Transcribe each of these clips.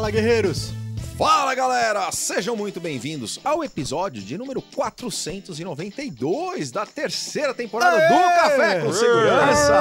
Fala, guerreiros! Fala, galera! Sejam muito bem-vindos ao episódio de número 492 da terceira temporada do Café com Segurança!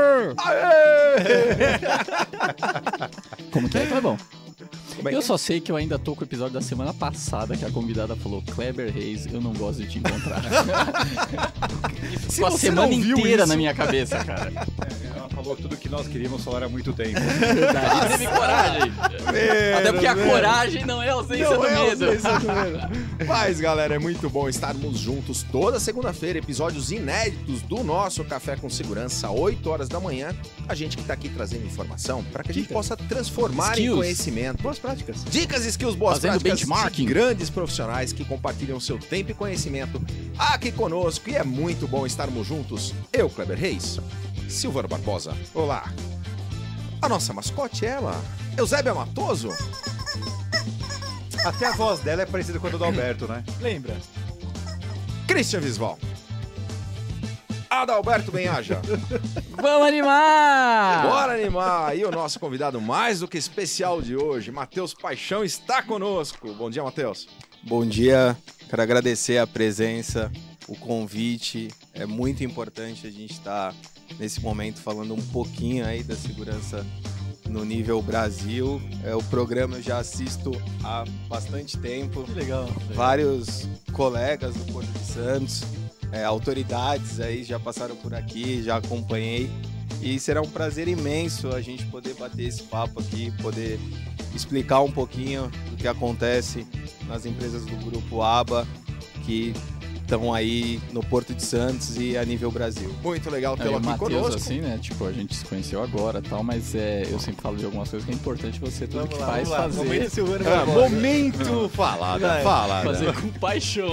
Aê! Como que é? Tá bom. Como é que Eu é? só sei que eu ainda tô com o episódio da semana passada que a convidada falou: Kleber Reis, eu não gosto de te encontrar. Ficou a você semana não viu inteira isso- na minha cabeça, cara. Ela falou tudo que nós queríamos falar há muito tempo. Verdade. Teve coragem. Até porque a coragem não é ausência do medo. Mas, galera, é muito bom estarmos juntos toda segunda-feira, episódios inéditos do nosso Café com Segurança, 8 horas da manhã. A gente que tá aqui trazendo informação para que a gente possa transformar em Skills. conhecimento. Boas práticas. Dicas, skills, boas Fazendo práticas de benchmarking. grandes profissionais que compartilham seu tempo e conhecimento aqui conosco. E é muito bom estarmos juntos. Eu, Kleber Reis, Silvano Barbosa, olá. A nossa mascote é ela, Eusébia Matoso. Até a voz dela é parecida com a do Alberto, né? Lembra? Christian Visval. Adalberto Benhaja. Vamos animar! Bora animar! E o nosso convidado mais do que especial de hoje, Matheus Paixão, está conosco. Bom dia, Matheus. Bom dia, quero agradecer a presença, o convite. É muito importante a gente estar nesse momento falando um pouquinho aí da segurança no nível Brasil. O programa eu já assisto há bastante tempo. Que legal. Vários colegas do Porto de Santos, autoridades aí já passaram por aqui, já acompanhei. E será um prazer imenso a gente poder bater esse papo aqui, poder explicar um pouquinho do que acontece nas empresas do Grupo ABA, que estão aí no Porto de Santos e a nível Brasil. Muito legal Aí tê-lo o aqui Matheus, conosco. assim, né? Tipo, a gente se conheceu agora e tal, mas eu sempre falo de algumas coisas que é importante você, tudo que faz, fazer. Momento Silvano Ah, Barbosa. momento falada, Vai. falada. Fazer com paixão.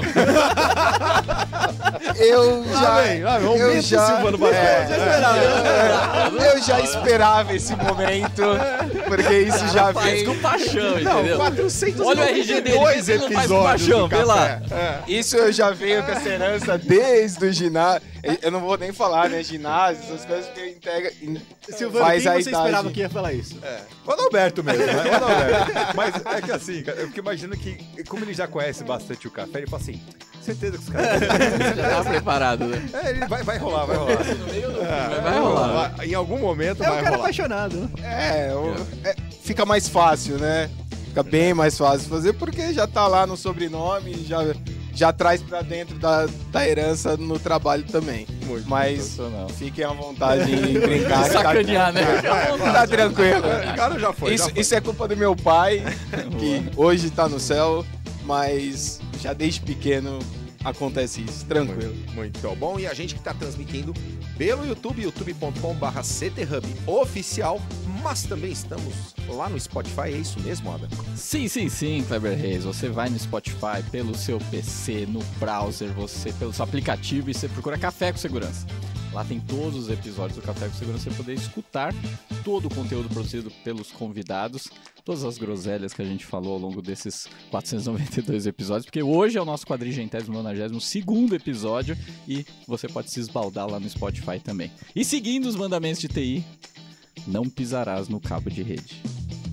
Eu Momento Silvano Barbosa. eu já esperava esse momento, porque isso já Faz vem. com paixão, Não, entendeu? 492 Olha o RG dele, vê se ele não faz com paixão, vê lá. Isso eu já venho com essa herança desde o ginásio. Eu não vou nem falar, né? Ginásio, essas coisas que Silvano, faz quem a você esperava idade. que ia falar isso? O Adalberto mesmo, né? O Adalberto. Mas é que assim, cara, eu fico imaginando que, como ele já conhece bastante o café, ele fala assim, certeza que os caras... Já tava preparado, né? Ele vai rolar, vai rolar. Vai rolar. Em algum momento É um vai cara rolar. apaixonado, né? Fica mais fácil, né? Fica bem mais fácil fazer, porque já tá lá no sobrenome, já traz pra dentro da herança no trabalho também. Muito Mas sensacional. fiquem à vontade em brincar. Sacanear, né? Tá tranquilo. O cara já foi. já foi. Isso é culpa do meu pai, que hoje tá no céu, mas já desde pequeno acontece isso, tranquilo. Muito bom. E a gente que está transmitindo pelo YouTube, youtube.com/cthub oficial, mas também estamos lá no Spotify, é isso mesmo, Ada? Sim, Kleber Reis. Você vai no Spotify, pelo seu PC, no browser, pelo seu aplicativo e você procura Café com Segurança. Lá tem todos os episódios do Café com Segurança, você poder escutar todo o conteúdo produzido pelos convidados, todas as groselhas que a gente falou ao longo desses 492 episódios, porque hoje é o nosso 492º episódio e você pode se esbaldar lá no Spotify também. E seguindo os mandamentos de TI, não pisarás no cabo de rede.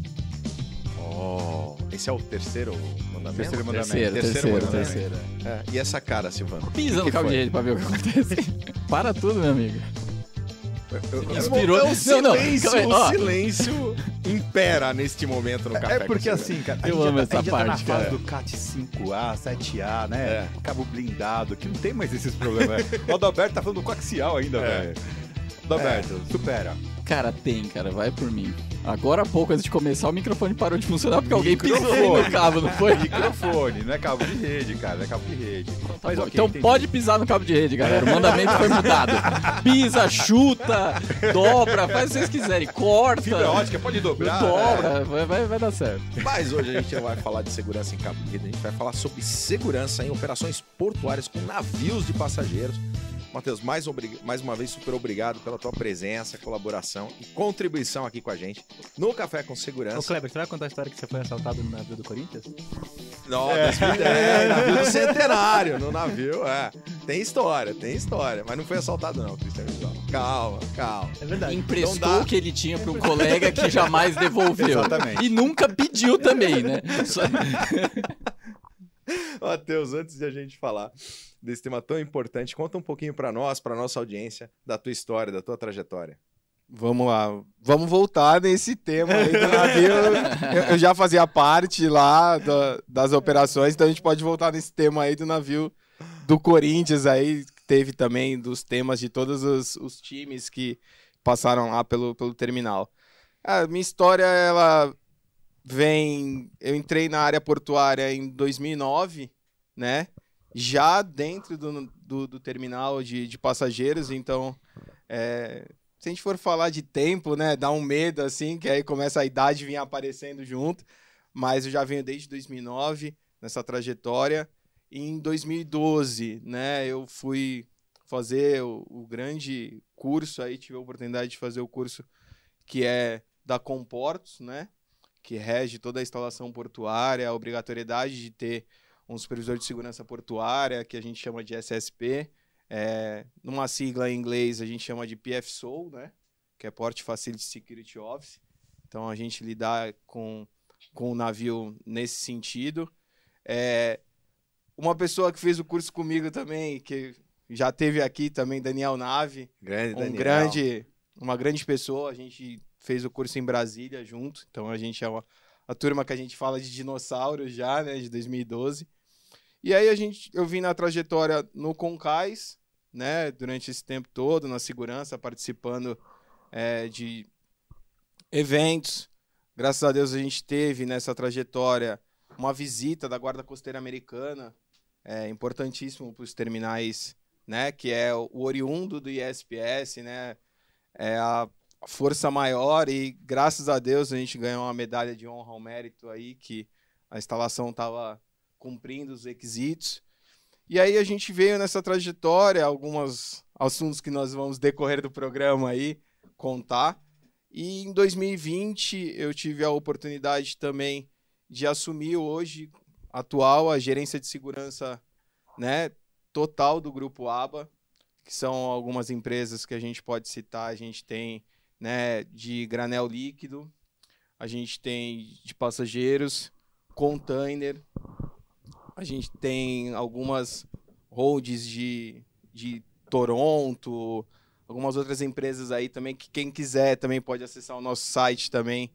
Esse é o terceiro mandamento? Terceiro mandamento. Terceiro. É, e essa cara, Silvano? Pisa Que no cabo foi? de rede pra ver o que acontece. Para tudo, meu amigo. Inspirou. É o Não, silêncio, calma aí, ó. o silêncio impera neste momento no Café É com porque Segurança. assim, cara, Eu amo a essa gente já tá na parte, fase cara. do CAT 5A, 7A, né? É. Cabo blindado, que não tem mais esses problemas. O Adalberto tá falando do coaxial ainda, velho. Adalberto, supera. Cara, cara, vai por mim. Agora há pouco, antes de começar, o microfone parou de funcionar porque alguém pisou Microfone. no cabo, não foi? Microfone, não é cabo de rede, cara, não é cabo de rede. Mas ok, Então entendi. pode pisar no cabo de rede, galera. O mandamento foi mudado. Pisa, chuta, dobra, faz o que vocês quiserem. Corta. Fibra ótica, pode dobrar. Dobra, vai dar certo. Mas hoje a gente não vai falar de segurança em cabo de rede, a gente vai falar sobre segurança em operações portuárias com navios de passageiros. Matheus, mais uma vez, super obrigado pela tua presença, colaboração e contribuição aqui com a gente no Café com Ô, Segurança. Kleber, você vai contar a história que você foi assaltado no navio do Corinthians? Não, 2010, navio do centenário, no navio, Tem história, mas não foi assaltado não, Cristiano. Calma. É verdade. Emprestou Não dá. o que ele tinha para um colega que jamais devolveu. Exatamente. E nunca pediu também, né? Matheus, antes de a gente falar desse tema tão importante, conta um pouquinho para nós, para nossa audiência, da tua história, da tua trajetória. Vamos lá, vamos voltar nesse tema aí do navio. Eu já fazia parte lá das operações, então a gente pode voltar nesse tema aí do navio do Corinthians aí, teve também dos temas de todos os times que passaram lá pelo terminal. A minha história, ela vem... Eu entrei na área portuária em 2009, né? Já dentro do terminal de passageiros, então... Se a gente for falar de tempo, né, dá um medo, assim, que aí começa a idade vir aparecendo junto, mas eu já venho desde 2009 nessa trajetória. E em 2012, né, eu fui fazer o grande curso, aí tive a oportunidade de fazer o curso que é da Comportos, né, que rege toda a instalação portuária, a obrigatoriedade de ter um supervisor de segurança portuária, que a gente chama de SSP, numa sigla em inglês a gente chama de PFSOL, né? Que é Port Facility Security Office. Então a gente lidar com o navio nesse sentido. Uma pessoa que fez o curso comigo também, que já teve aqui também, Daniel Nave. Uma grande pessoa. A gente fez o curso em Brasília junto. Então a gente é a turma que a gente fala de dinossauros já, né? De 2012. E aí eu vim na trajetória no Concais, né, durante esse tempo todo, na segurança, participando de eventos. Graças a Deus a gente teve nessa trajetória uma visita da Guarda Costeira Americana, importantíssimo para os terminais, né, que é o oriundo do ISPS, né, é a força maior, e graças a Deus a gente ganhou uma medalha de honra ao mérito aí, que a instalação estava cumprindo os requisitos. E aí a gente veio nessa trajetória, alguns assuntos que nós vamos decorrer do programa aí contar. E em 2020 eu tive a oportunidade também de assumir hoje, atual, a gerência de segurança, né, total do Grupo ABA, que são algumas empresas que a gente pode citar. A gente tem, né, de granel líquido, a gente tem de passageiros, container. A gente tem algumas holds de Toronto, algumas outras empresas aí também, que quem quiser também pode acessar o nosso site também,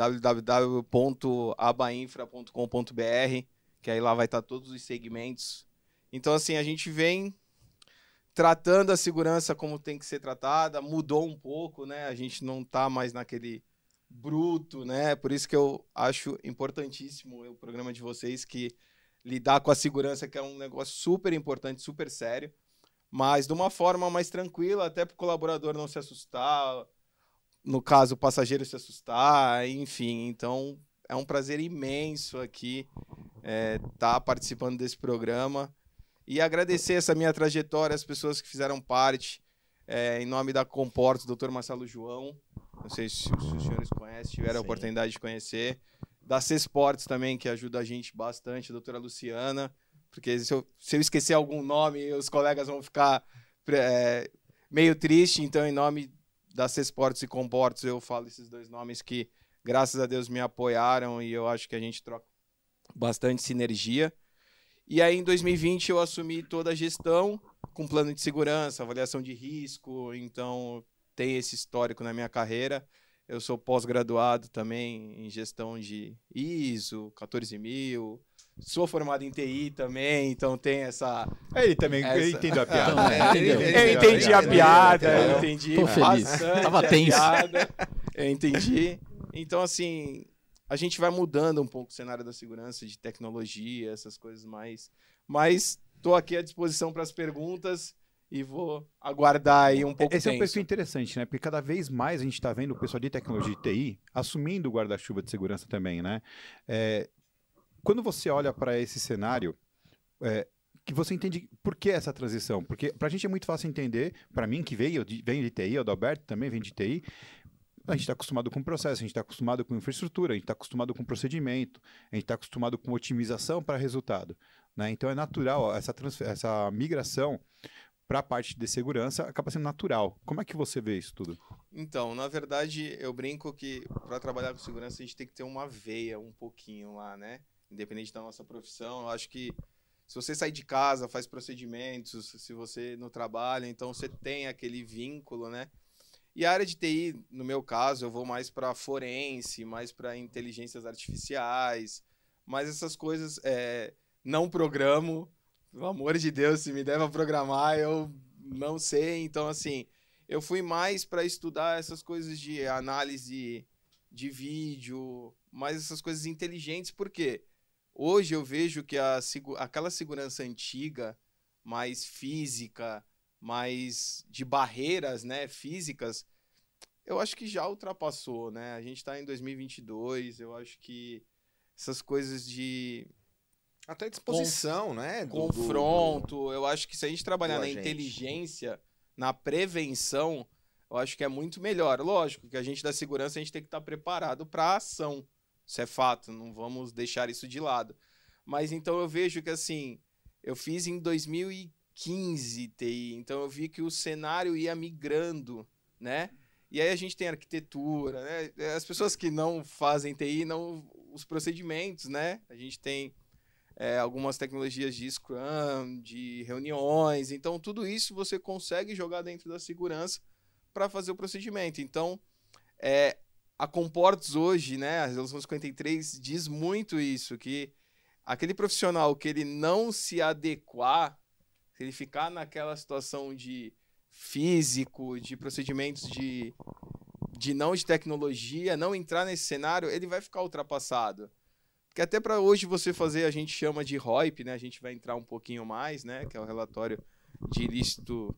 www.abainfra.com.br, que aí lá vai estar todos os segmentos. Então, assim, a gente vem tratando a segurança como tem que ser tratada, mudou um pouco, né? A gente não está mais naquele bruto, né? Por isso que eu acho importantíssimo o programa de vocês, que lidar com a segurança, que é um negócio super importante, super sério, mas de uma forma mais tranquila, até para o colaborador não se assustar, no caso, o passageiro se assustar, enfim. Então, é um prazer imenso aqui estar participando desse programa e agradecer essa minha trajetória, as pessoas que fizeram parte, em nome da Comportos, Dr. Marcelo João, não sei se os senhores conhecem, tiveram a oportunidade de conhecer, da C-Sports também, que ajuda a gente bastante, a doutora Luciana, porque se eu esquecer algum nome, os colegas vão ficar meio tristes. Então, em nome da C-Sports e Comportos, eu falo esses dois nomes que, graças a Deus, me apoiaram, e eu acho que a gente troca bastante sinergia. E aí, em 2020, eu assumi toda a gestão, com plano de segurança, avaliação de risco, então tem esse histórico na minha carreira. Eu sou pós-graduado também em gestão de ISO, 14000. Sou formado em TI também, então tem essa... Ele também entendeu a piada. Eu entendi a piada, eu entendi. Tô feliz. Tava tenso. Eu entendi. Então, assim, a gente vai mudando um pouco o cenário da segurança, de tecnologia, essas coisas mais. Mas estou aqui à disposição para as perguntas e vou aguardar aí um pouco. Esse é um perfil interessante, né? Porque cada vez mais a gente está vendo o pessoal de tecnologia de TI assumindo o guarda-chuva de segurança também, né? Quando você olha para esse cenário, que você entende por que essa transição. Porque pra gente é muito fácil entender, pra mim que venho de TI, o Adalberto também vem de TI, a gente está acostumado com processo, a gente está acostumado com infraestrutura, a gente está acostumado com procedimento, a gente está acostumado com otimização para resultado, né? Então é natural, ó, essa migração para a parte de segurança acaba sendo natural. Como é que você vê isso tudo? Então, na verdade, eu brinco que para trabalhar com segurança a gente tem que ter uma veia um pouquinho lá, né? Independente da nossa profissão, eu acho que se você sair de casa, faz procedimentos, se você não trabalha, então você tem aquele vínculo, né? E a área de TI, no meu caso, eu vou mais para forense, mais para inteligências artificiais, mas essas coisas não programo, pelo amor de Deus, se me der para programar, eu não sei. Então, assim, eu fui mais para estudar essas coisas de análise de vídeo, mais essas coisas inteligentes, porque hoje eu vejo que aquela segurança antiga, mais física, mais de barreiras, né, físicas, eu acho que já ultrapassou, né? A gente está em 2022, eu acho que essas coisas de Até disposição, né? confronto, eu acho que se a gente trabalhar do na agente. inteligência, na prevenção, eu acho que é muito melhor. Lógico que a gente da segurança, a gente tem que estar preparado para a ação. Isso é fato, não vamos deixar isso de lado. Mas então eu vejo que, assim, eu fiz em 2015 TI, então eu vi que o cenário ia migrando, né? E aí a gente tem arquitetura, né? As pessoas que não fazem TI, os procedimentos, né? A gente tem algumas tecnologias de Scrum, de reuniões, então tudo isso você consegue jogar dentro da segurança para fazer o procedimento. Então, a Comports hoje, né, a Resolução 53 diz muito isso, que aquele profissional que ele não se adequar, se ele ficar naquela situação de físico, de procedimentos de tecnologia, não entrar nesse cenário, ele vai ficar ultrapassado. Porque até para hoje você fazer, a gente chama de ROIP, né, a gente vai entrar um pouquinho mais, né, que é o relatório de ilícito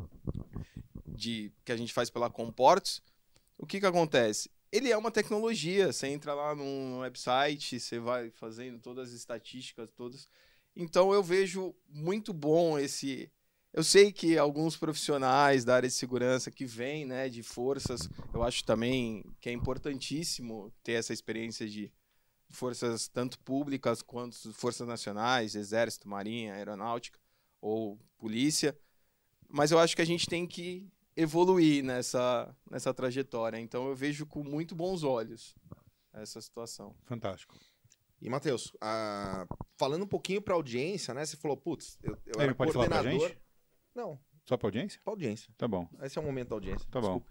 que a gente faz pela Comports. O que acontece? Ele é uma tecnologia, você entra lá num website, você vai fazendo todas as estatísticas, todas. Então eu vejo muito bom esse... Eu sei que alguns profissionais da área de segurança que vêm, né, de forças, eu acho também que é importantíssimo ter essa experiência de forças tanto públicas quanto forças nacionais, exército, marinha, aeronáutica ou polícia, mas eu acho que a gente tem que evoluir nessa trajetória. Então eu vejo com muito bons olhos essa situação. Fantástico. E, Matheus, falando um pouquinho para a audiência, né? Você falou, putz, eu Ele era pode falar pra coordenador. gente? Não, Só pra audiência? para audiência. Tá bom, Esse é o momento da audiência. tá bom.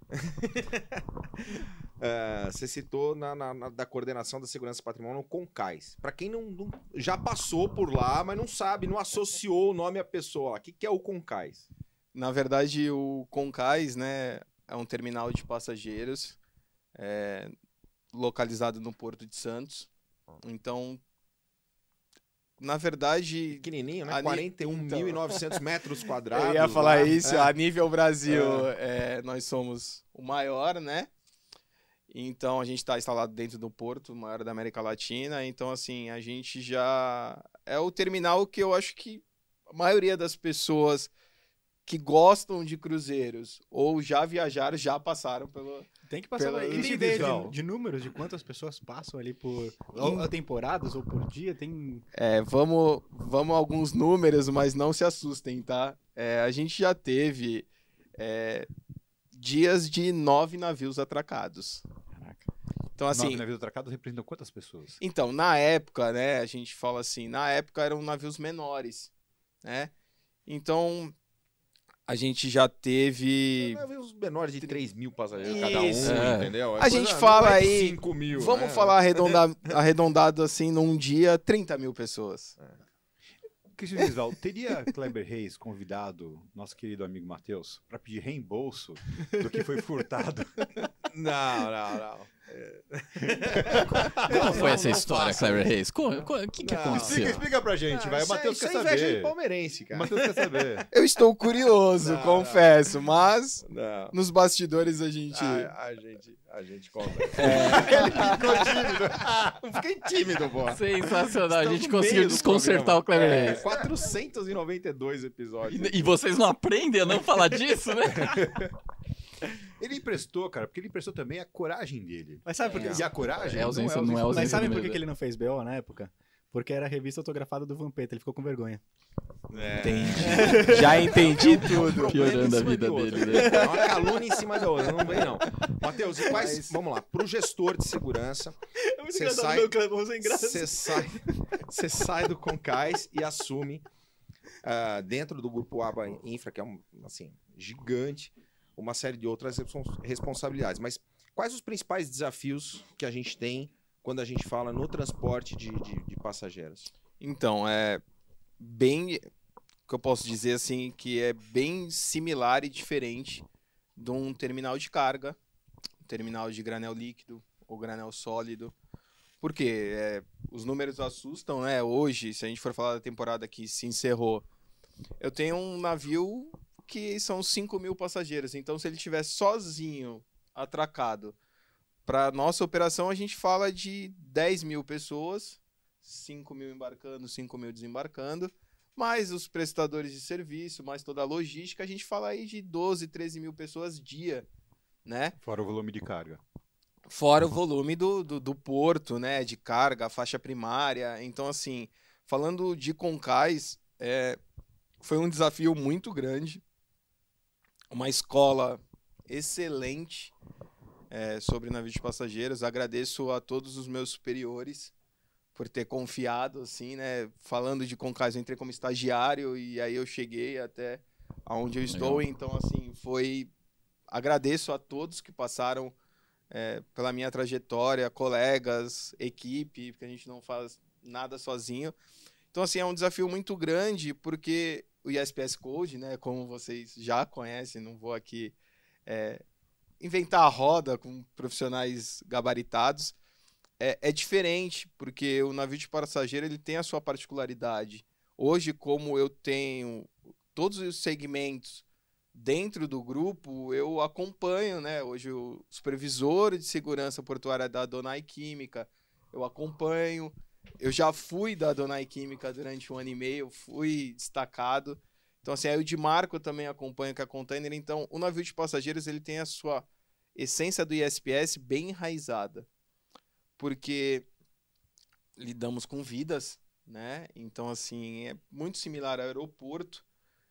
Você citou da coordenação da segurança patrimonial no CONCAIS. Para quem não já passou por lá, mas não sabe, não associou o nome à pessoa. O que é o CONCAIS? Na verdade, o CONCAIS, né, é um terminal de passageiros localizado no Porto de Santos. Então, na verdade... Pequenininho, né? A ni- 41.900 metros quadrados. Eu ia falar lá. isso, a nível Brasil, nós somos o maior, né? Então, a gente está instalado dentro do porto, o maior da América Latina. Então, assim, a gente já... É o terminal que eu acho que a maioria das pessoas que gostam de cruzeiros ou já viajaram, já passaram pelo... Tem que passar lá. E Esse tem ideia visual. de números, de quantas pessoas passam ali por ou temporadas ou por dia? Tem. Vamos alguns números, mas não se assustem, tá? A gente já teve dias de 9 navios atracados. Caraca. Então, assim... 9 navios atracados representam quantas pessoas? Então, na época, né, a gente fala assim, na época eram navios menores, né? Então, a gente já teve... Os menores de 3.000 passageiros Isso. cada um, entendeu? A gente fala não é de aí, 5.000, Vamos né? falar arredondado assim, num dia, 30 mil pessoas. Cristiano Visval, teria Kleber Reis convidado nosso querido amigo Matheus para pedir reembolso do que foi furtado? Não. Como foi essa história, Cleber Reis? O que aconteceu? Explica pra gente, vai. O Matheus quer Isso é inveja de saber. palmeirense, O cara. Matheus quer saber. Eu estou curioso, Não, confesso, mas Não. nos bastidores a gente... A gente conversa. É, Ele ficou tímido. Eu fiquei tímido, pô. Sensacional, a gente Estamos no conseguiu meio do desconcertar o Cleber programa. Reis. 492 episódios. E vocês não aprendem a não falar disso, né? Ele emprestou, cara, porque ele emprestou também a coragem dele. Mas sabe por quê? E a coragem É ausência, não é ausência. Mas sabe de por medo. que ele não fez BO na época? Porque era a revista autografada do Vampeta, ele ficou com vergonha. entendi. Já entendi tudo. Piorando a Em cima vida de outro. dele, né? É uma calúnia em cima da outra, não vem não. Matheus, e quais... Vamos lá, pro gestor de segurança, É muito Você engraçado sai- meu Clebão sem graça. você sai do Concais e assume, dentro do grupo ABA Infra, que é assim, gigante, uma série de outras responsabilidades. Mas quais os principais desafios que a gente tem quando a gente fala no transporte de passageiros? Então, é bem... O que eu posso dizer, assim, que é bem similar e diferente de um terminal de carga, um terminal de granel líquido ou granel sólido. Por quê? Os números assustam, né? Hoje, se a gente for falar da temporada que se encerrou, eu tenho um navio que são 5.000 passageiros. Então, se ele estiver sozinho, atracado, para nossa operação, a gente fala de 10.000 pessoas, 5.000 embarcando, 5.000 desembarcando, mais os prestadores de serviço, mais toda a logística, a gente fala aí de 12, 13.000 pessoas dia, né? Fora o volume de carga. Fora o volume do porto, né? De carga, a faixa primária. Então, assim, falando de Concais, foi um desafio muito grande. Uma escola excelente sobre navio de passageiros. Agradeço a todos os meus superiores por ter confiado, assim, né? Falando de Concais, eu entrei como estagiário e aí eu cheguei até onde eu estou. Legal. Então, assim, agradeço a todos que passaram pela minha trajetória, colegas, equipe, porque a gente não faz nada sozinho. Então, assim, é um desafio muito grande, porque o ISPS Code, né, como vocês já conhecem, não vou aqui inventar a roda com profissionais gabaritados, é diferente, porque o navio de passageiro ele tem a sua particularidade. Hoje, como eu tenho todos os segmentos dentro do grupo, eu acompanho, né? Hoje o supervisor de segurança portuária da Donai Química, eu acompanho. Eu já fui da Donai Química durante 1 ano e meio, fui destacado. Então, assim, aí o de Marco também acompanha com a Container. Então, o navio de passageiros ele tem a sua essência do ISPS bem enraizada, porque lidamos com vidas, né? Então, assim, é muito similar ao aeroporto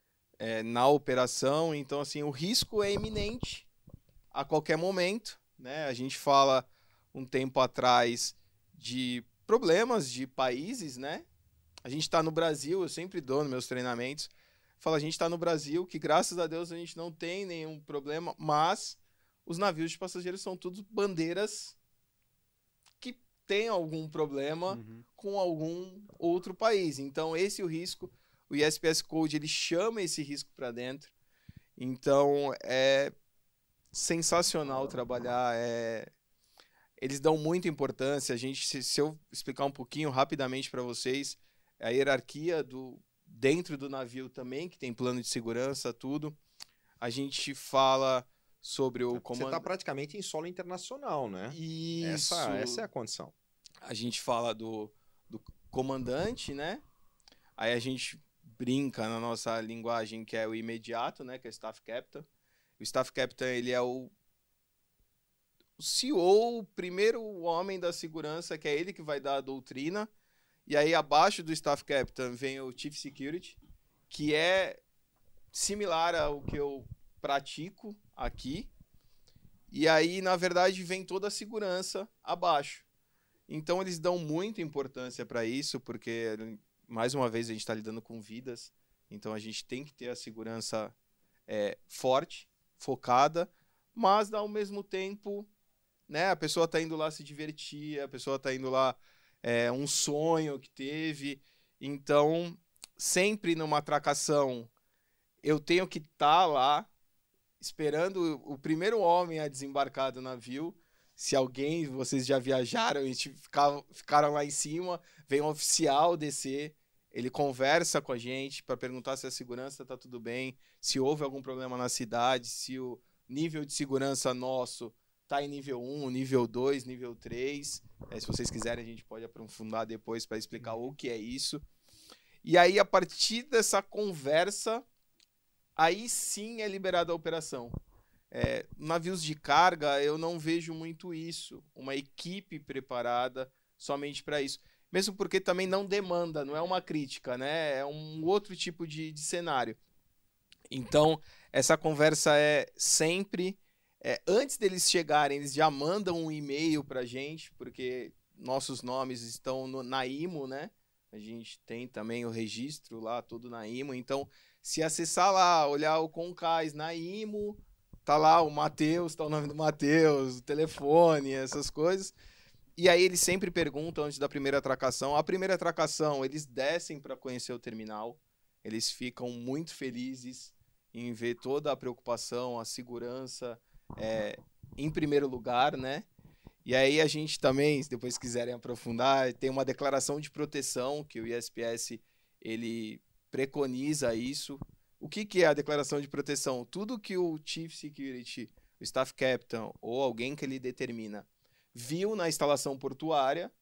na operação. Então, assim, o risco é iminente a qualquer momento, né? A gente fala um tempo atrás de problemas de países, né? A gente está no Brasil, eu sempre dou nos meus treinamentos, falo, a gente está no Brasil, que graças a Deus a gente não tem nenhum problema, mas os navios de passageiros são todos bandeiras que têm algum problema com algum outro país. Então, esse é o risco. O ISPS Code, ele chama esse risco para dentro. Então, é sensacional trabalhar. Eles dão muita importância. Se eu explicar um pouquinho rapidamente para vocês, a hierarquia dentro do navio também, que tem plano de segurança, tudo. A gente fala sobre o comando. Você está praticamente em solo internacional, né? Isso. Essa é a condição. A gente fala do comandante, né? Aí a gente brinca na nossa linguagem que é o imediato, né? Que é o Staff Captain. O Staff Captain, ele é o CEO, o primeiro homem da segurança, que é ele que vai dar a doutrina. E aí, abaixo do Staff Captain, vem o Chief Security, que é similar ao que eu pratico aqui. E aí, na verdade, vem toda a segurança abaixo. Então, eles dão muita importância para isso, porque, mais uma vez, a gente está lidando com vidas. Então, a gente tem que ter a segurança forte, focada, mas, ao mesmo tempo, né, a pessoa está indo lá se divertir, a pessoa está indo lá um sonho que teve. Então, sempre numa atracação, eu tenho que estar lá esperando o primeiro homem a desembarcar do navio. se alguém, vocês já viajaram e ficaram lá em cima, vem um oficial descer, ele conversa com a gente para perguntar se a segurança está tudo bem, se houve algum problema na cidade, se o nível de segurança nosso está em nível 1, nível 2, nível 3. Se vocês quiserem, a gente pode aprofundar depois para explicar o que é isso. E aí, a partir dessa conversa, aí sim é liberada a operação. Navios de carga, eu não vejo muito isso. Uma equipe preparada somente para isso. Mesmo porque também não demanda, não é uma crítica, né? É um outro tipo de cenário. Então, essa conversa é sempre... antes deles chegarem, eles já mandam um e-mail para a gente, porque nossos nomes estão na IMO, né? A gente tem também o registro lá, tudo na IMO. Então, se acessar lá, olhar o Concais na IMO, tá lá o Matheus, tá o nome do Matheus, o telefone, essas coisas. E aí eles sempre perguntam antes da primeira atracação. A primeira atracação, eles descem para conhecer o terminal. Eles ficam muito felizes em ver toda a preocupação, a segurança em primeiro lugar, né? E aí a gente também, se depois quiserem aprofundar, tem uma declaração de proteção que o ISPS ele preconiza isso. O que é a declaração de proteção? Tudo que o Chief Security, o Staff Captain ou alguém que ele determina viu na instalação portuária,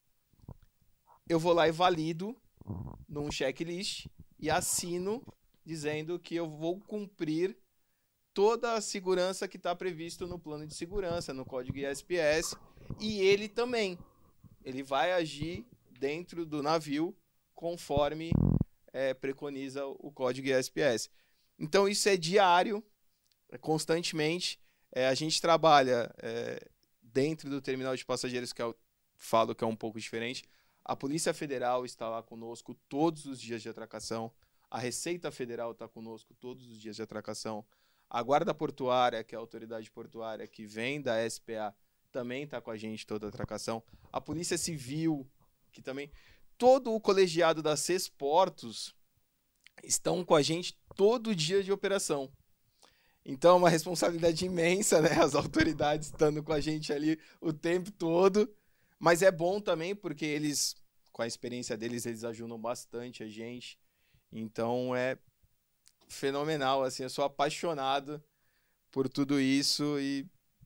eu vou lá e valido num checklist e assino dizendo que eu vou cumprir toda a segurança que está previsto no plano de segurança, no código ISPS, e ele também. Ele vai agir dentro do navio conforme preconiza o código ISPS. Então isso é diário, constantemente. A gente trabalha dentro do terminal de passageiros, que eu falo que é um pouco diferente. A Polícia Federal está lá conosco todos os dias de atracação. A Receita Federal está conosco todos os dias de atracação. A Guarda Portuária, que é a autoridade portuária que vem da SPA, também está com a gente toda a atracação. A Polícia Civil, que também... Todo o colegiado da CES Portos estão com a gente todo dia de operação. Então é uma responsabilidade imensa, né? As autoridades estando com a gente ali o tempo todo. Mas é bom também porque eles, com a experiência deles, eles ajudam bastante a gente. Então é fenomenal, assim, eu sou apaixonado por tudo isso e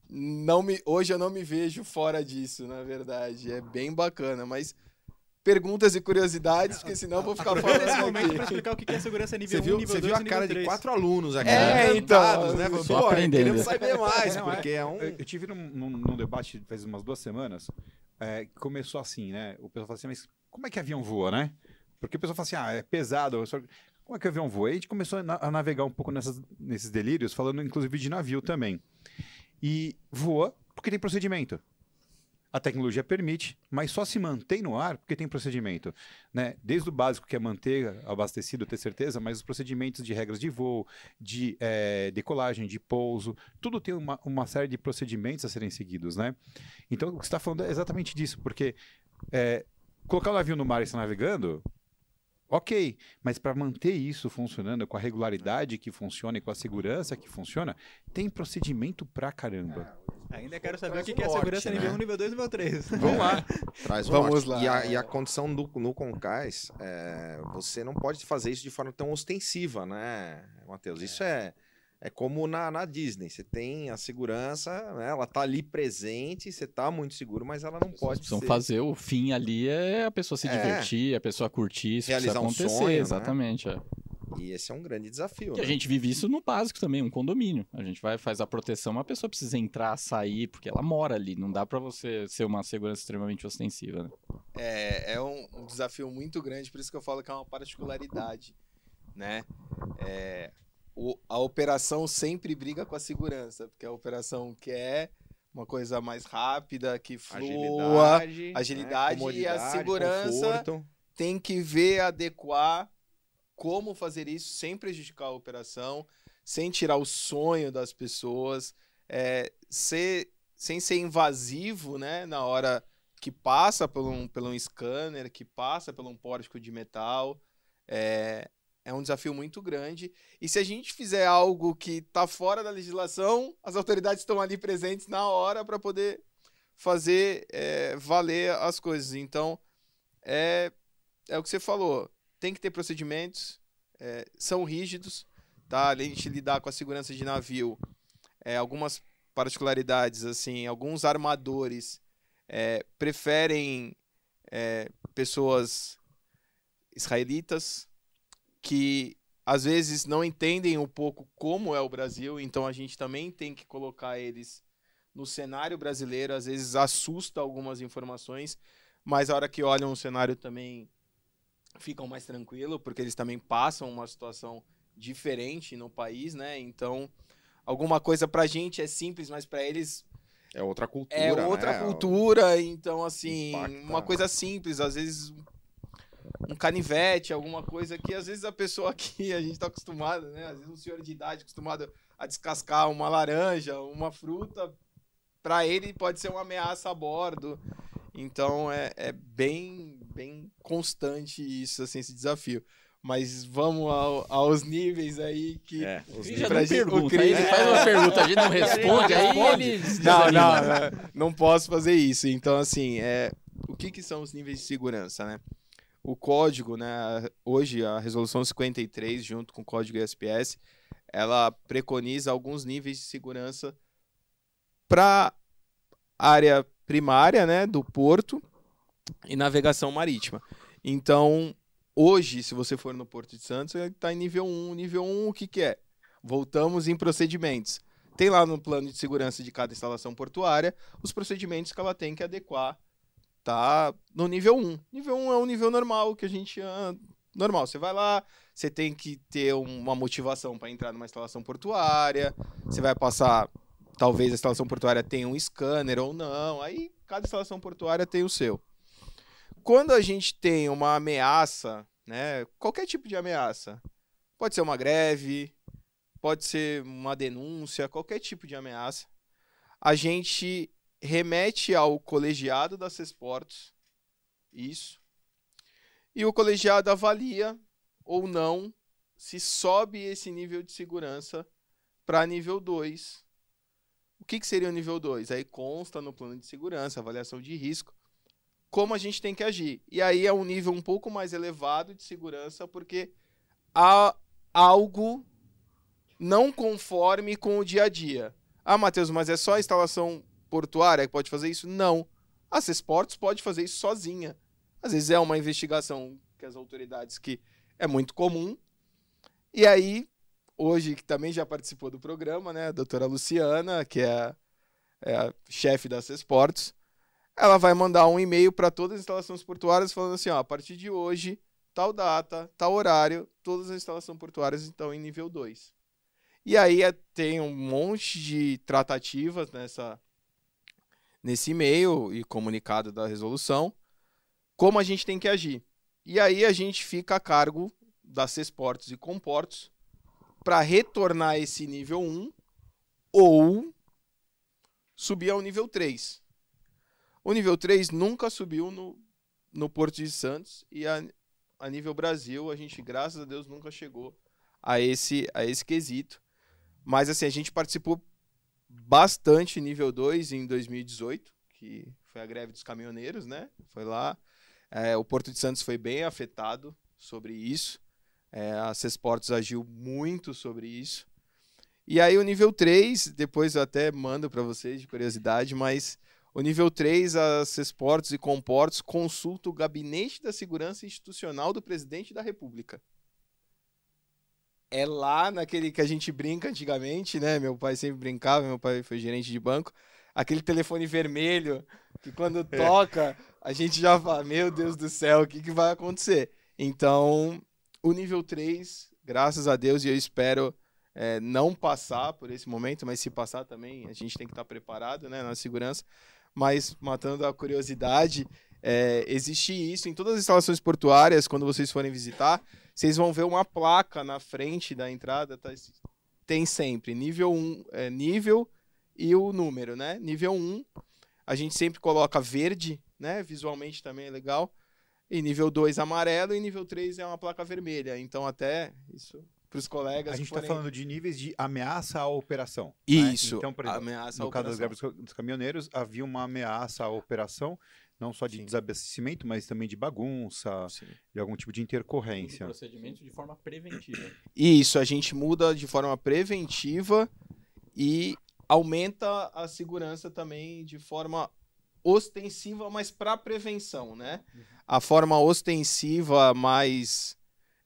hoje eu não me vejo fora disso, na verdade. É bem bacana, mas perguntas e curiosidades, porque senão eu vou ficar falando nesse momento aqui. para explicar o que é segurança nível 1, Você nível 2 viu e a nível cara 3. de 4 alunos aqui. Então, né? só Pô, aprendendo. queremos saber mais, porque é um... Eu tive num debate faz umas 2 semanas, que começou assim, né? O pessoal falou assim, mas como é que avião voa, né? Porque o pessoal fala assim, é pesado. Como é que o avião voa? E a gente começou a navegar um pouco nesses delírios, falando inclusive de navio também. E voa porque tem procedimento. A tecnologia permite, mas só se mantém no ar porque tem procedimento, né? Desde o básico, que é manter abastecido, ter certeza, mas os procedimentos de regras de voo, de decolagem, de pouso, tudo tem uma série de procedimentos a serem seguidos, né? Então, o que você está falando é exatamente disso, porque colocar o navio no mar e estar navegando, ok, mas para manter isso funcionando com a regularidade que funciona e com a segurança que funciona, tem procedimento pra caramba. Ainda quero saber o Traz que é um segurança norte, nível né? 1, nível 2 e nível 3. Vamos lá. Traz Vamos norte. lá. E a condição no Concais, você não pode fazer isso de forma tão ostensiva, né, Matheus? Isso é como na Disney. Você tem a segurança, né? Ela tá ali presente, você tá muito seguro, mas ela não pode Precisam ser... fazer, o fim ali é a pessoa se divertir, a pessoa curtir, isso Realizar um precisa acontecer, sonho, né? exatamente. E esse é um grande desafio, E a né? gente vive isso no básico também, um condomínio. A gente faz a proteção, mas a pessoa precisa entrar, sair, porque ela mora ali. Não dá pra você ser uma segurança extremamente ostensiva, né? É um desafio muito grande, por isso que eu falo que é uma particularidade, né? A operação sempre briga com a segurança, porque a operação quer uma coisa mais rápida, que flua, agilidade, né? e a segurança conforto. tem que ver, adequar como fazer isso sem prejudicar a operação, sem tirar o sonho das pessoas, sem ser invasivo, né, na hora que passa por um scanner, que passa por um pórtico de metal. É um desafio muito grande. E se a gente fizer algo que está fora da legislação, as autoridades estão ali presentes na hora para poder fazer valer as coisas. Então, é o que você falou. Tem que ter procedimentos, são rígidos, tá? Além de lidar com a segurança de navio, algumas particularidades, assim, alguns armadores preferem pessoas israelitas que às vezes não entendem um pouco como é o Brasil, então a gente também tem que colocar eles no cenário brasileiro, às vezes assusta algumas informações, mas a hora que olham o cenário também ficam mais tranquilos, porque eles também passam uma situação diferente no país, né? Então, alguma coisa pra gente é simples, mas pra eles É outra cultura, é outra né? cultura. Então, assim, Impacta. uma coisa simples, às vezes um canivete, alguma coisa que às vezes a pessoa aqui, a gente tá acostumado, né? Às vezes um senhor de idade acostumado a descascar uma laranja, uma fruta, pra ele pode ser uma ameaça a bordo. Então é bem constante isso, assim, esse desafio. Mas vamos aos níveis aí que... O Cris pra já gente- não o pergunta, Cris- aí ele faz uma pergunta, a gente não responde, aí ele Não posso fazer isso. Então, assim, o que são os níveis de segurança, né? O código, né? Hoje, a resolução 53, junto com o código ISPS, ela preconiza alguns níveis de segurança para área primária, né, do porto e navegação marítima. Então, hoje, se você for no Porto de Santos, ele está em nível 1. Nível 1, o que é? Voltamos em procedimentos. Tem lá no plano de segurança de cada instalação portuária os procedimentos que ela tem que adequar, tá? No nível 1. Nível 1 é um nível normal que a gente... normal, você vai lá, você tem que ter uma motivação para entrar numa instalação portuária, você vai passar... Talvez a instalação portuária tenha um scanner ou não. Aí cada instalação portuária tem o seu. Quando a gente tem uma ameaça, né, qualquer tipo de ameaça, pode ser uma greve, pode ser uma denúncia, qualquer tipo de ameaça, a gente remete ao colegiado da Sesportos, isso, e o colegiado avalia ou não se sobe esse nível de segurança para nível 2. O que seria o nível 2? Aí consta no plano de segurança, avaliação de risco, como a gente tem que agir. E aí é um nível um pouco mais elevado de segurança, porque há algo não conforme com o dia a dia. Ah, Matheus, mas é só a instalação portuária que pode fazer isso? Não. A Sesportos pode fazer isso sozinha. Às vezes é uma investigação que as autoridades, que é muito comum, e aí... Hoje, que também já participou do programa, né? A doutora Luciana, que é a chefe da Sesportos, ela vai mandar um e-mail para todas as instalações portuárias falando assim, ó, a partir de hoje, tal data, tal horário, todas as instalações portuárias estão em nível 2. E aí tem um monte de tratativas nesse e-mail e comunicado da resolução, como a gente tem que agir. E aí a gente fica a cargo da Sesportos e Comportos para retornar esse nível 1 ou subir ao nível 3. O nível 3 nunca subiu no Porto de Santos e a nível Brasil a gente, graças a Deus, nunca chegou a esse quesito. Mas assim, a gente participou bastante nível 2 em 2018, que foi a greve dos caminhoneiros, né? Foi lá. O Porto de Santos foi bem afetado sobre isso. A Sesportos agiu muito sobre isso. E aí o nível 3, depois eu até mando para vocês de curiosidade, mas o nível 3, a Sesportos e Comportos consulta o Gabinete da Segurança Institucional do Presidente da República. É lá naquele que a gente brinca antigamente, né? Meu pai sempre brincava, meu pai foi gerente de banco. Aquele telefone vermelho, que quando toca, a gente já fala, meu Deus do céu, o que vai acontecer? Então... O nível 3, graças a Deus, e eu espero não passar por esse momento, mas se passar também, a gente tem que estar preparado, né, na segurança. Mas, matando a curiosidade, existe isso em todas as instalações portuárias. Quando vocês forem visitar, vocês vão ver uma placa na frente da entrada. Tá? Tem sempre nível 1, nível e o número, né? Nível 1, a gente sempre coloca verde, né? Visualmente também é legal. E nível 2 amarelo e nível 3 é uma placa vermelha. Então até isso pros colegas. A gente está forem- falando de níveis de ameaça à operação. Isso, Né? Então, por exemplo, ameaça à no caso das operação. greves dos caminhoneiros, havia uma ameaça à operação, não só de Sim. desabastecimento, mas também de bagunça, Sim. de algum tipo de Muda o intercorrência. procedimento de forma preventiva. Isso, a gente muda de forma preventiva e aumenta a segurança também de forma ostensiva, mas para prevenção, né? A forma ostensiva mais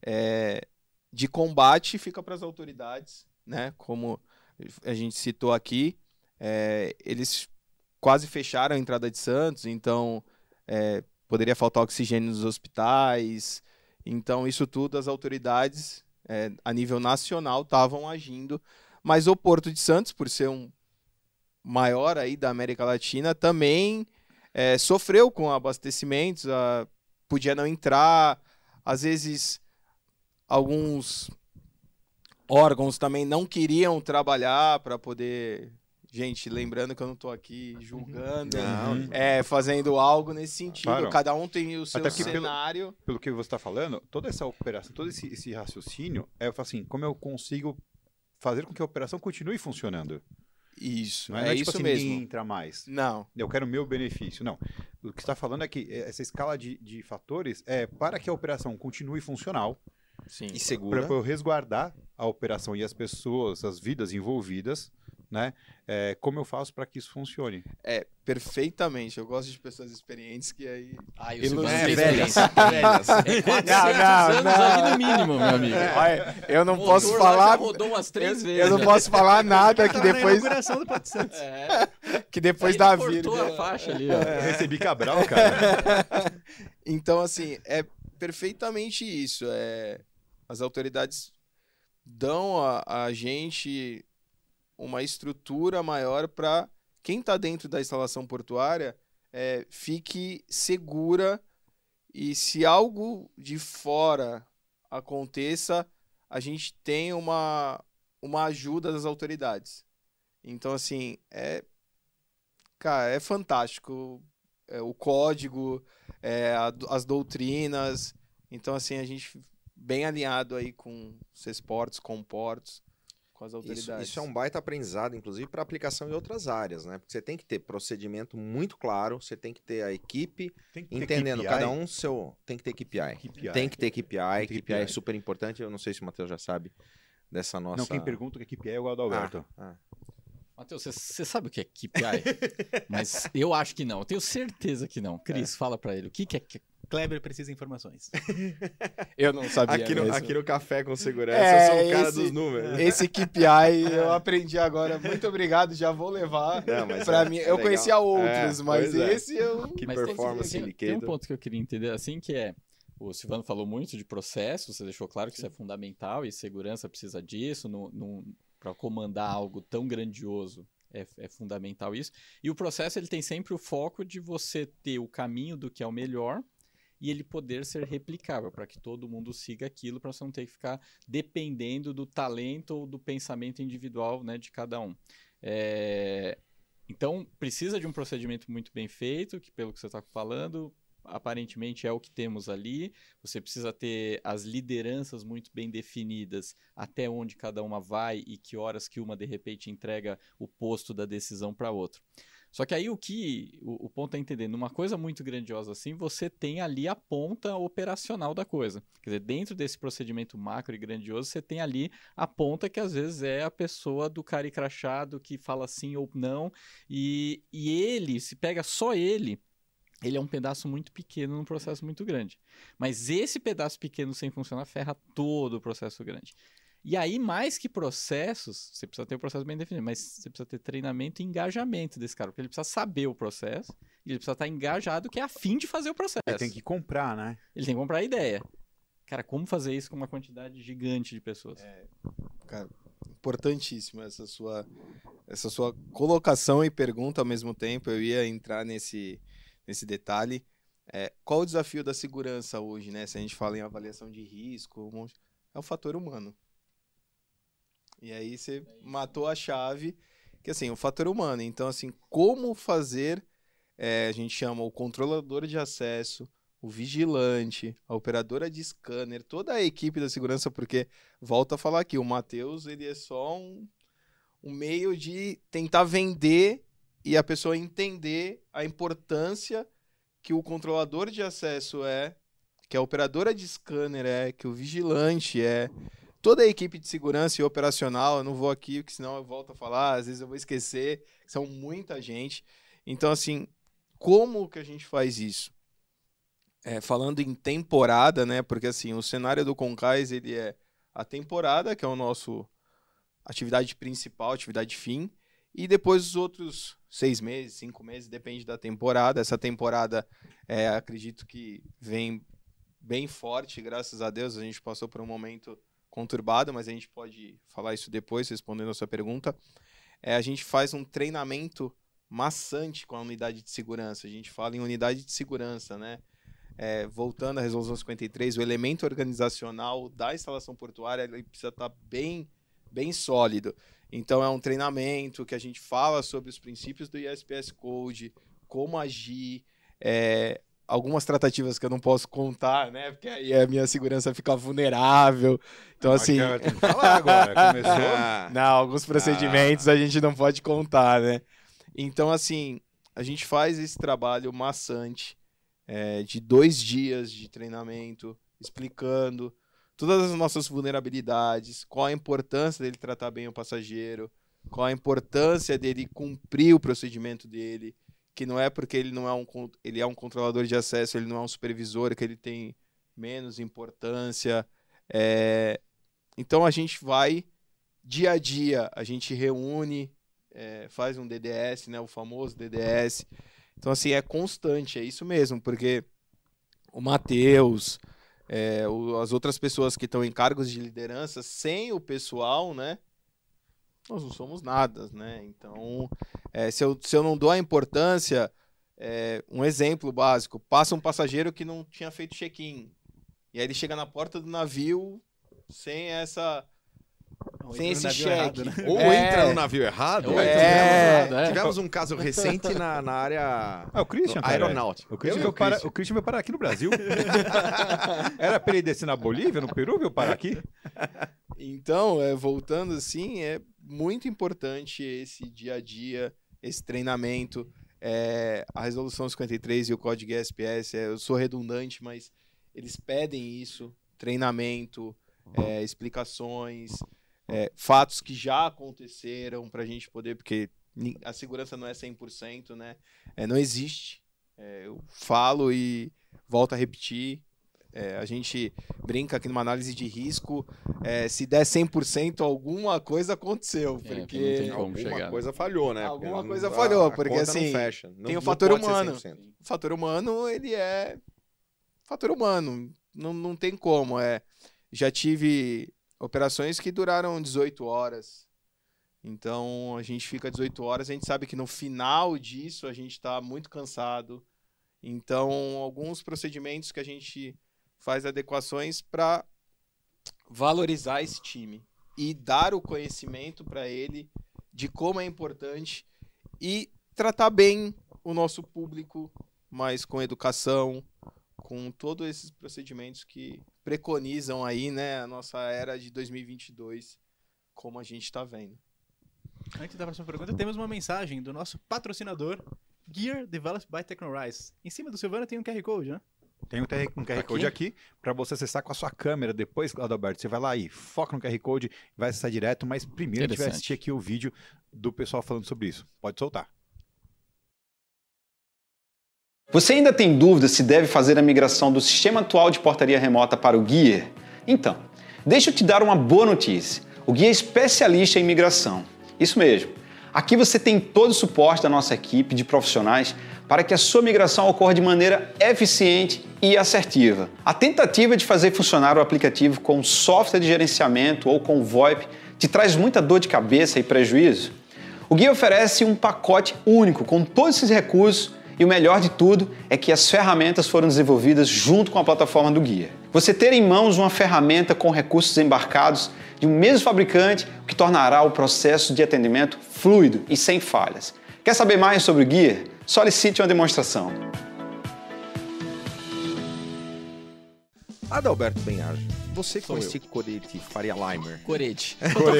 de combate fica para as autoridades, né? Como a gente citou aqui, eles quase fecharam a entrada de Santos, então poderia faltar oxigênio nos hospitais. Então, isso tudo as autoridades a nível nacional estavam agindo, mas o Porto de Santos, por ser um maior aí da América Latina, também sofreu com abastecimentos, podia não entrar, às vezes alguns órgãos também não queriam trabalhar para poder... Gente, lembrando que eu não estou aqui julgando, Não. fazendo algo nesse sentido. Claro. Cada um tem o seu Até que cenário. Pelo que você está falando, toda essa operação, todo esse raciocínio é assim, como eu consigo fazer com que a operação continue funcionando. Isso, Não é tipo isso assim, mesmo. ninguém entra mais. Não, Eu quero o meu benefício. Não. O que você está falando é que essa escala de fatores é para que a operação continue funcional, sim. E para segura. eu resguardar a operação e as pessoas, as vidas envolvidas, né? Como eu faço para que isso funcione? Perfeitamente. Eu gosto de pessoas experientes que aí... Ah, e o Ilusão. Silvano tem Velhas. experiência. Velhas. É 400 Não, anos aí no mínimo, meu amigo. Olha, eu não O posso motor lá falar... já rodou umas 3 vezes. Eu não já. posso falar nada que Tava na depois, inauguração do Porto Santos. que depois Aí da ele vida... cortou a faixa ali, ó. Eu recebi Cabral, cara. Então, assim, é perfeitamente isso. As autoridades dão a gente uma estrutura maior para quem está dentro da instalação portuária fique segura, e se algo de fora aconteça, a gente tem uma ajuda das autoridades. Então, assim, cara, é fantástico. O código, as doutrinas. Então, assim, a gente bem alinhado aí com Sesportos, com Portos, com as autoridades. Isso é um baita aprendizado, inclusive, para aplicação em outras áreas, né? Porque você tem que ter procedimento muito claro, você tem que ter a equipe Tem que ter entendendo KPI. cada um seu. Tem que ter KPI. KPI. Tem que ter KPI. Tem que ter KPI é KPI. super importante. Eu não sei se o Matheus já sabe dessa nossa. Não, quem pergunta o que é KPI é o Adalberto. Matheus, você sabe o que é KPI? Mas eu acho que não. Eu tenho certeza que não. Cris, fala pra ele. O que é KPI? Kleber precisa de informações. Eu não sabia mesmo. Aqui no Café com Segurança, É, eu sou o cara esse- dos números. Esse KPI eu aprendi agora. Muito obrigado, já vou levar Não, mas pra é- mim. é Eu legal. conhecia outros, mas pois é. esse eu... Que Mas performance tem um indicator. ponto que eu queria entender, assim, que o Silvano falou muito de processo, você deixou claro que isso é fundamental e segurança precisa disso, para comandar algo tão grandioso é fundamental isso. E o processo ele tem sempre o foco de você ter o caminho do que é o melhor e ele poder ser replicável, para que todo mundo siga aquilo, para você não ter que ficar dependendo do talento ou do pensamento individual, né, de cada um. Então, precisa de um procedimento muito bem feito, que pelo que você está falando, aparentemente é o que temos ali. Você precisa ter as lideranças muito bem definidas, até onde cada uma vai e que horas que uma, de repente, entrega o posto da decisão para outra. Só que aí o ponto é entender, numa coisa muito grandiosa assim, você tem ali a ponta operacional da coisa. Quer dizer, dentro desse procedimento macro e grandioso, você tem ali a ponta que às vezes é a pessoa do cara crachado que fala sim ou não, e ele, se pega só ele é um pedaço muito pequeno num processo muito grande. Mas esse pedaço pequeno sem funcionar ferra todo o processo grande. E aí, mais que processos, você precisa ter o processo bem definido, mas você precisa ter treinamento e engajamento desse cara, porque ele precisa saber o processo e ele precisa estar engajado, que é a fim de fazer o processo. Ele tem que comprar, né? Ele tem que comprar a ideia. Cara, como fazer isso com uma quantidade gigante de pessoas? Cara, importantíssima essa sua colocação e pergunta ao mesmo tempo. Eu ia entrar nesse detalhe. Qual o desafio da segurança hoje, né? Se a gente fala em avaliação de risco, é o fator humano. E aí você matou a chave, que assim, o fator humano. Então, assim, como fazer, a gente chama o controlador de acesso, o vigilante, a operadora de scanner, toda a equipe da segurança, porque, volto a falar aqui, o Matheus, ele é só um meio de tentar vender e a pessoa entender a importância que o controlador de acesso é, que a operadora de scanner é, que o vigilante é, toda a equipe de segurança e operacional. Eu não vou aqui, porque senão eu volto a falar, às vezes eu vou esquecer, são muita gente. Então, assim, como que a gente faz isso? Falando em temporada, né? Porque, assim, o cenário do Concais, ele é a temporada, que é o nosso atividade principal, atividade fim, e depois os outros 6 meses, 5 meses, depende da temporada. Essa temporada, acredito que vem bem forte, graças a Deus. A gente passou por um momento conturbado, mas a gente pode falar isso depois, respondendo a sua pergunta. A gente faz um treinamento maçante com a unidade de segurança. A gente fala em unidade de segurança, né? Voltando à Resolução 53, o elemento organizacional da instalação portuária ele precisa estar bem sólido. Então, é um treinamento que a gente fala sobre os princípios do ISPS Code, como agir, algumas tratativas que eu não posso contar, né? Porque aí a minha segurança fica vulnerável. Então, assim... Tem que falar agora, começou. Não, alguns procedimentos a gente não pode contar, né? Então, assim, a gente faz esse trabalho maçante de 2 dias de treinamento, explicando todas as nossas vulnerabilidades, qual a importância dele tratar bem o passageiro, qual a importância dele cumprir o procedimento dele, que não é porque ele é um controlador de acesso, ele não é um supervisor, que ele tem menos importância. Então a gente vai, dia a dia, a gente reúne, faz um DDS, né, o famoso DDS. Então, assim, é constante, é isso mesmo, porque o Matheus... as outras pessoas que estão em cargos de liderança, sem o pessoal, né, nós não somos nada, né? Então, se eu não dou a importância, um exemplo básico, passa um passageiro que não tinha feito check-in, e aí ele chega na porta do navio sem esse cheque. Né? Ou entra no navio errado. Tivemos um caso recente na área O Christian, cara. aeronáutica. O Christian veio parar aqui no Brasil. Era pra ele descer na Bolívia, no Peru, veio parar aqui. Então, voltando assim, é muito importante esse dia a dia, esse treinamento. A Resolução 53 e o Código ISPS, eu sou redundante, mas eles pedem isso, treinamento, explicações, fatos que já aconteceram para a gente poder, porque a segurança não é 100%, né? Não existe. Eu falo e volto a repetir. A gente brinca aqui numa análise de risco, se der 100%, alguma coisa aconteceu, porque não tem como chegar. Alguma coisa falhou, né? Alguma coisa falhou, porque conta assim, não fecha. tem o fator humano. O fator humano, ele é fator humano, não tem como. Já tive operações que duraram 18 horas. Então, a gente fica 18 horas, a gente sabe que no final disso a gente está muito cansado. Então, alguns procedimentos que a gente faz adequações para valorizar esse time e dar o conhecimento para ele de como é importante e tratar bem o nosso público, mas com educação, com todos esses procedimentos que preconizam aí, né, a nossa era de 2022, como a gente está vendo. Antes da próxima pergunta, temos uma mensagem do nosso patrocinador, Gear Developed by Tecnorise. Em cima do Silvano tem um QR Code, né? Tem um QR Code aqui para você acessar com a sua câmera. Depois, Adalberto, você vai lá e foca no QR Code, vai acessar direto, mas primeiro a gente vai assistir aqui o vídeo do pessoal falando sobre isso. Pode soltar. Você ainda tem dúvida se deve fazer a migração do sistema atual de portaria remota para o Gear? Então, deixa eu te dar uma boa notícia. O Gear é especialista em migração. Isso mesmo. Aqui você tem todo o suporte da nossa equipe de profissionais para que a sua migração ocorra de maneira eficiente e assertiva. A tentativa de fazer funcionar o aplicativo com software de gerenciamento ou com VoIP te traz muita dor de cabeça e prejuízo? O Gear oferece um pacote único com todos esses recursos e o melhor de tudo é que as ferramentas foram desenvolvidas junto com a plataforma do Gear. Você ter em mãos uma ferramenta com recursos embarcados de um mesmo fabricante, o que tornará o processo de atendimento fluido e sem falhas. Quer saber mais sobre o Gear? Solicite uma demonstração. Adalberto Benharge, você Sou com eu. esse colete Faria Limer. Corete.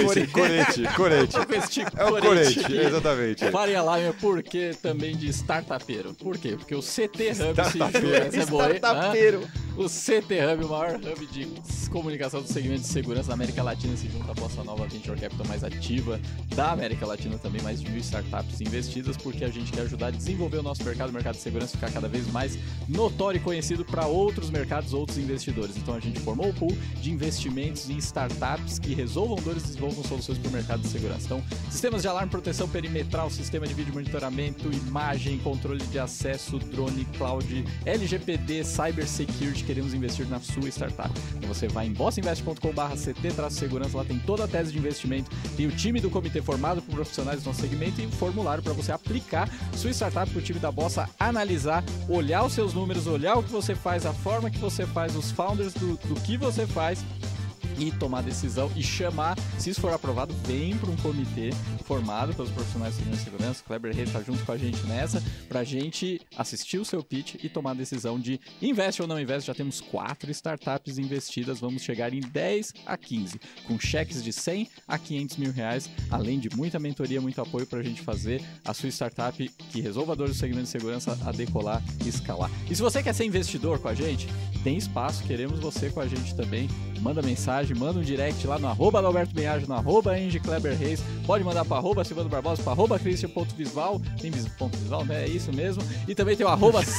Corete. Com este É o corete, exatamente. Faria Lime porque também de startupeiro. Por quê? Porque o CT Hub se junta. Essa é boa, hein? Startupeiro. O CT Hub, o maior hub de comunicação do segmento de segurança da América Latina, se junta à Bossa Nova Venture Capital mais ativa da América Latina, também mais de 1.000 startups investidas, porque a gente quer ajudar a desenvolver o nosso mercado, o mercado de segurança ficar cada vez mais notório e conhecido para outros mercados, outros investidores. Então a gente formou o pool de investimentos em startups que resolvam dores e desenvolvam soluções para o mercado de segurança. Então, sistemas de alarme, proteção perimetral, sistema de vídeo monitoramento, imagem, controle de acesso, drone, cloud, LGPD, cybersecurity. Queremos investir na sua startup. Então você vai em bossainvest.com/ct-segurança, lá tem toda a tese de investimento, tem o time do comitê formado por profissionais do nosso segmento e um formulário para você aplicar sua startup para o time da Bossa analisar, olhar os seus números, olhar o que você faz, a forma que você faz, os founders do que você faz e tomar decisão e chamar, se isso for aprovado, vem para um comitê formado pelos profissionais de segurança. O Kleber Reis está junto com a gente nessa, para a gente assistir o seu pitch e tomar a decisão de investe ou não investe. Já temos 4 startups investidas, vamos chegar em 10 a 15, com cheques de 100 a 500 mil reais, além de muita mentoria, muito apoio para a gente fazer a sua startup que resolva dores do segmento de segurança a decolar e escalar. E se você quer ser investidor com a gente, tem espaço, queremos você com a gente também. Manda mensagem, manda um direct lá no @Adalberto Benharge, no @EngKleberReis. Pode mandar para @Silvano Barbosa, para @Christian.Visval. Tem ponto visual, né? É isso mesmo. E também tem o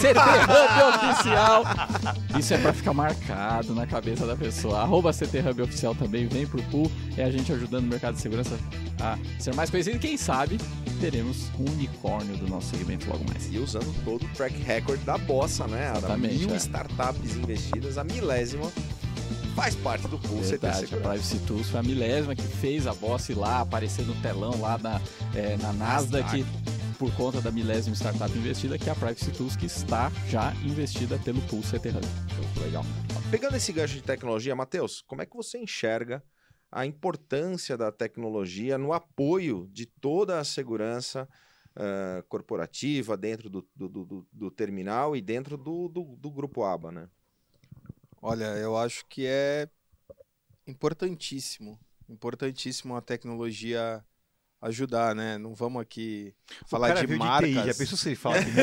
@CTHubOficial. Isso é para ficar marcado na cabeça da pessoa. @CTHubOficial também vem pro pool. É a gente ajudando o mercado de segurança a ser mais conhecido. E quem sabe teremos um unicórnio do nosso segmento logo mais. E usando todo o track record da Bossa, né? Exatamente, 1.000 é. startups investidas, a milésima faz parte do pool CT Verdade, a Segurança. Privacy Tools foi a milésima que fez a Bossa ir lá aparecer no telão lá na Nasdaq por conta da milésima startup investida, que é a Privacy Tools, que está já investida pelo pool CT Hub. Muito legal. Pegando esse gancho de tecnologia, Matheus, como é que você enxerga a importância da tecnologia no apoio de toda a segurança corporativa dentro do terminal e dentro do grupo ABA, né? Olha, eu acho que é importantíssimo a tecnologia ajudar, né? Não vamos aqui falar de marcas. TI, já pensou se ele fala que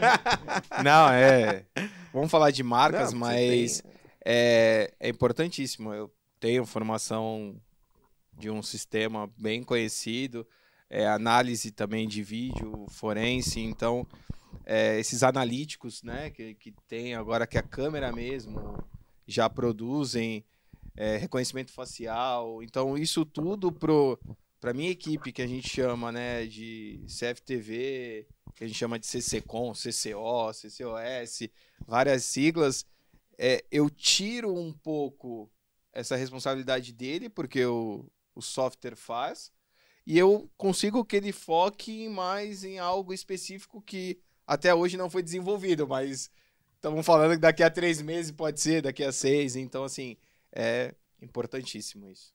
Não, vamos falar de marcas, Não, mas você é importantíssimo. Eu tenho formação de um sistema bem conhecido, análise também de vídeo forense, então esses analíticos, né, que tem agora, que a câmera mesmo já produzem reconhecimento facial, então isso tudo para minha equipe, que a gente chama, né, de CFTV, que a gente chama de CCCOM, CCO, CCOS, várias siglas, eu tiro um pouco essa responsabilidade dele, porque o software faz, e eu consigo que ele foque mais em algo específico que até hoje não foi desenvolvido, mas estamos falando que daqui a 3 meses pode ser, daqui a 6, então assim, é importantíssimo isso.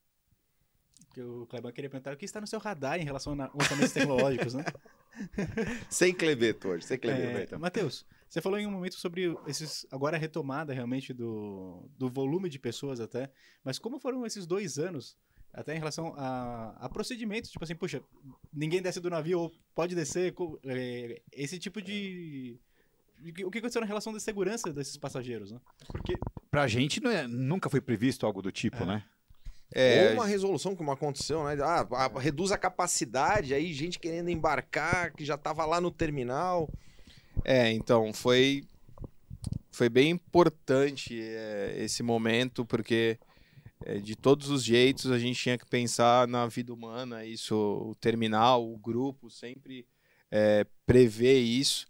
O Cleber queria perguntar o que está no seu radar em relação a lançamentos tecnológicos, né? Sem Clebeto hoje, sem Clebeto. Então. Matheus, você falou em um momento sobre agora a retomada realmente do volume de pessoas até, mas como foram esses 2 anos até em relação a procedimentos, tipo assim, puxa, ninguém desce do navio ou pode descer, esse tipo de... O que aconteceu na relação da segurança desses passageiros, né? Porque pra gente nunca foi previsto algo do tipo, né? Ou uma resolução como aconteceu, né? Reduz a capacidade, aí gente querendo embarcar, que já estava lá no terminal. Então, foi bem importante esse momento, porque de todos os jeitos a gente tinha que pensar na vida humana, o terminal, o grupo, sempre prevê isso.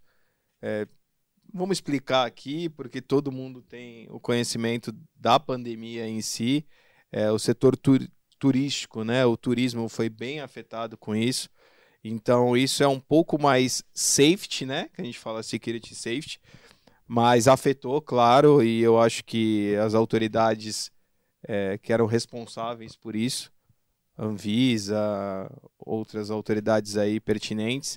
Vamos explicar aqui, porque todo mundo tem o conhecimento da pandemia em si. O setor turístico, né? O turismo foi bem afetado com isso. Então, isso é um pouco mais safety, né? Que a gente fala security safety. Mas afetou, claro, e eu acho que as autoridades que eram responsáveis por isso, Anvisa, outras autoridades aí pertinentes,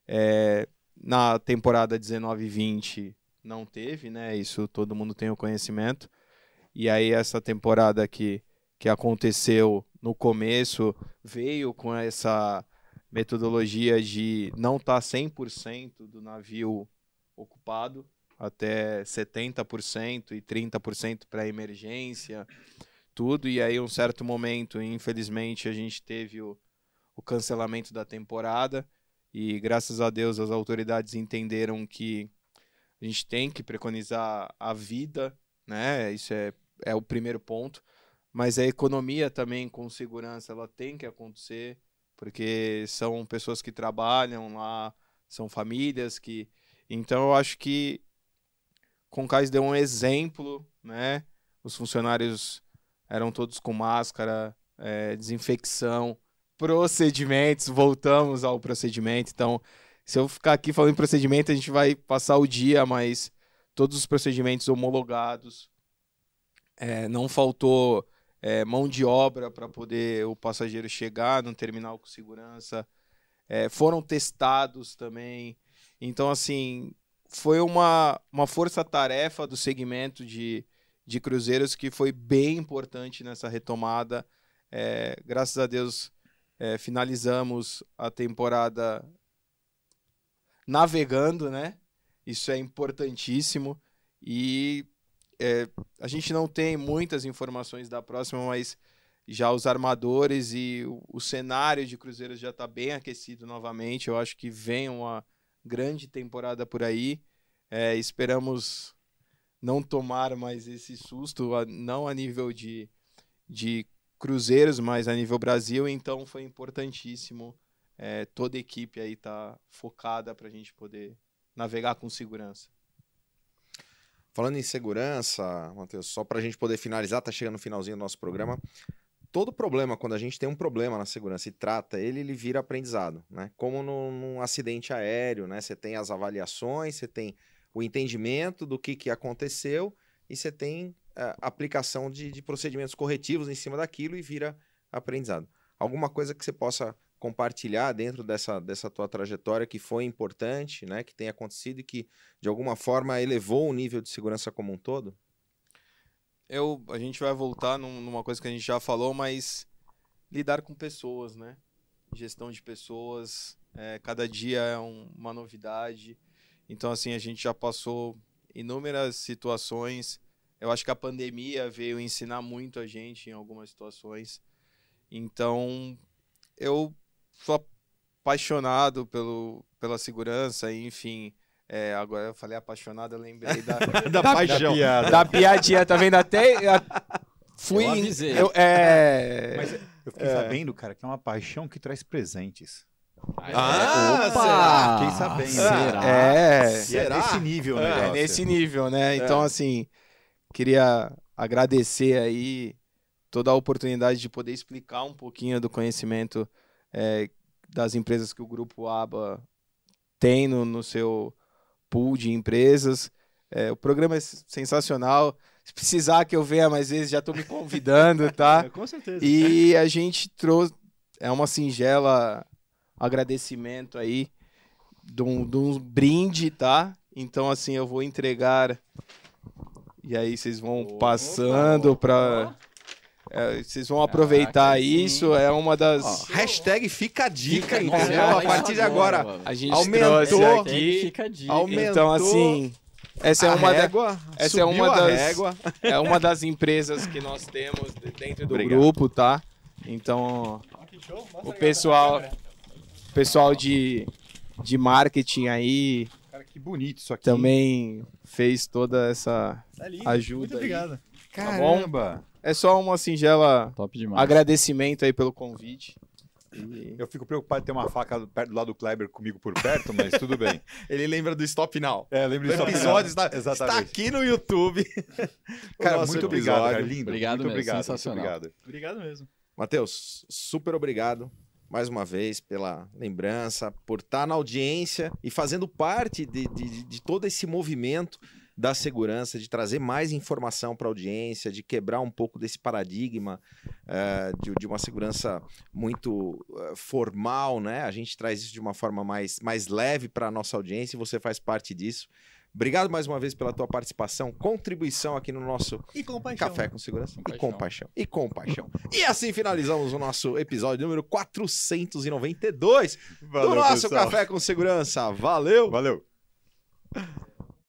na temporada 19 e 20 não teve, né? Isso todo mundo tem o conhecimento. E aí essa temporada que aconteceu no começo veio com essa metodologia de não estar 100% do navio ocupado, até 70% e 30% para emergência, tudo. E aí um certo momento, infelizmente, a gente teve o cancelamento da temporada e graças a Deus as autoridades entenderam que a gente tem que preconizar a vida, né? Isso é o primeiro ponto. Mas a economia também, com segurança, ela tem que acontecer, porque são pessoas que trabalham lá, são famílias que... Então, eu acho que Concais deu um exemplo, né? Os funcionários eram todos com máscara, desinfecção, procedimentos, voltamos ao procedimento. Então, se eu ficar aqui falando em procedimento, a gente vai passar o dia, mas todos os procedimentos homologados, não faltou... mão de obra para poder o passageiro chegar no terminal com segurança, foram testados também. Então, assim, foi uma força-tarefa do segmento de cruzeiros que foi bem importante nessa retomada. Graças a Deus, finalizamos a temporada navegando, né? Isso é importantíssimo e... a gente não tem muitas informações da próxima, mas já os armadores e o cenário de cruzeiros já está bem aquecido novamente. Eu acho que vem uma grande temporada por aí. Esperamos não tomar mais esse susto, não a nível de cruzeiros, mas a nível Brasil. Então foi importantíssimo toda a equipe aí tá focada para a gente poder navegar com segurança. Falando em segurança, Matheus, só para a gente poder finalizar, tá chegando no finalzinho do nosso programa. Todo problema, quando a gente tem um problema na segurança e trata ele vira aprendizado, né? Como num acidente aéreo, né? Você tem as avaliações, você tem o entendimento do que aconteceu e você tem a aplicação de procedimentos corretivos em cima daquilo e vira aprendizado. Alguma coisa que você possa compartilhar dentro dessa tua trajetória que foi importante, né, que tem acontecido e que de alguma forma elevou o nível de segurança como um todo? A gente vai voltar numa coisa que a gente já falou, mas lidar com pessoas, né? Gestão de pessoas, cada dia é uma novidade. Então, assim, a gente já passou inúmeras situações. Eu acho que a pandemia veio ensinar muito a gente em algumas situações. Então, eu sou apaixonado pela segurança, enfim. Agora eu falei apaixonado, eu lembrei da paixão. Da piadinha, tá vendo? Até fui... Eu avisei. Mas eu fiquei sabendo, cara, que é uma paixão que traz presentes. Opa! Fiquei sabendo. Será? Será? Nesse nível, né? É nesse nível, né? Então, assim, queria agradecer aí toda a oportunidade de poder explicar um pouquinho do conhecimento das empresas que o Grupo ABA tem no seu pool de empresas. O programa é sensacional. Se precisar que eu venha mais vezes, já estou me convidando, tá? Com certeza. E a gente trouxe... uma singela agradecimento aí de um brinde, tá? Então, assim, eu vou entregar... E aí vocês vão passando para... vocês vão aproveitar isso, é uma das... Hashtag fica a dica, Fica, entendeu? nossa, A partir de agora, A gente aumentou, trouxe aqui. Fica a dica. aumentou Então, assim, essa é a uma régua, essa é subiu uma a das régua. é uma das empresas que nós temos dentro do Obrigado. grupo, tá? Então, o pessoal de marketing aí Cara, que bonito isso aqui. também fez toda essa Tá lindo. ajuda Muito aí. obrigado. Caramba! É só uma singela Top demais. agradecimento aí pelo convite. E... Eu fico preocupado de ter uma faca do lado do Kleber comigo por perto, mas tudo bem. Ele lembra do Stop Now. Lembro O disso. episódio está Exatamente. aqui no YouTube. Cara, nosso muito obrigado, episódio. cara. Lindo. Obrigado muito mesmo, obrigado. sensacional. Muito obrigado. Obrigado mesmo. Matheus, super obrigado mais uma vez pela lembrança, por estar na audiência e fazendo parte de todo esse movimento da segurança, de trazer mais informação para a audiência, de quebrar um pouco desse paradigma de uma segurança muito formal, né? A gente traz isso de uma forma mais leve para a nossa audiência e você faz parte disso. Obrigado mais uma vez pela tua participação, contribuição aqui no nosso E com paixão. Café com Segurança. Com E com paixão. E com paixão. E assim finalizamos o nosso episódio número 492 do nosso pessoal. Café com Segurança. Valeu! Valeu.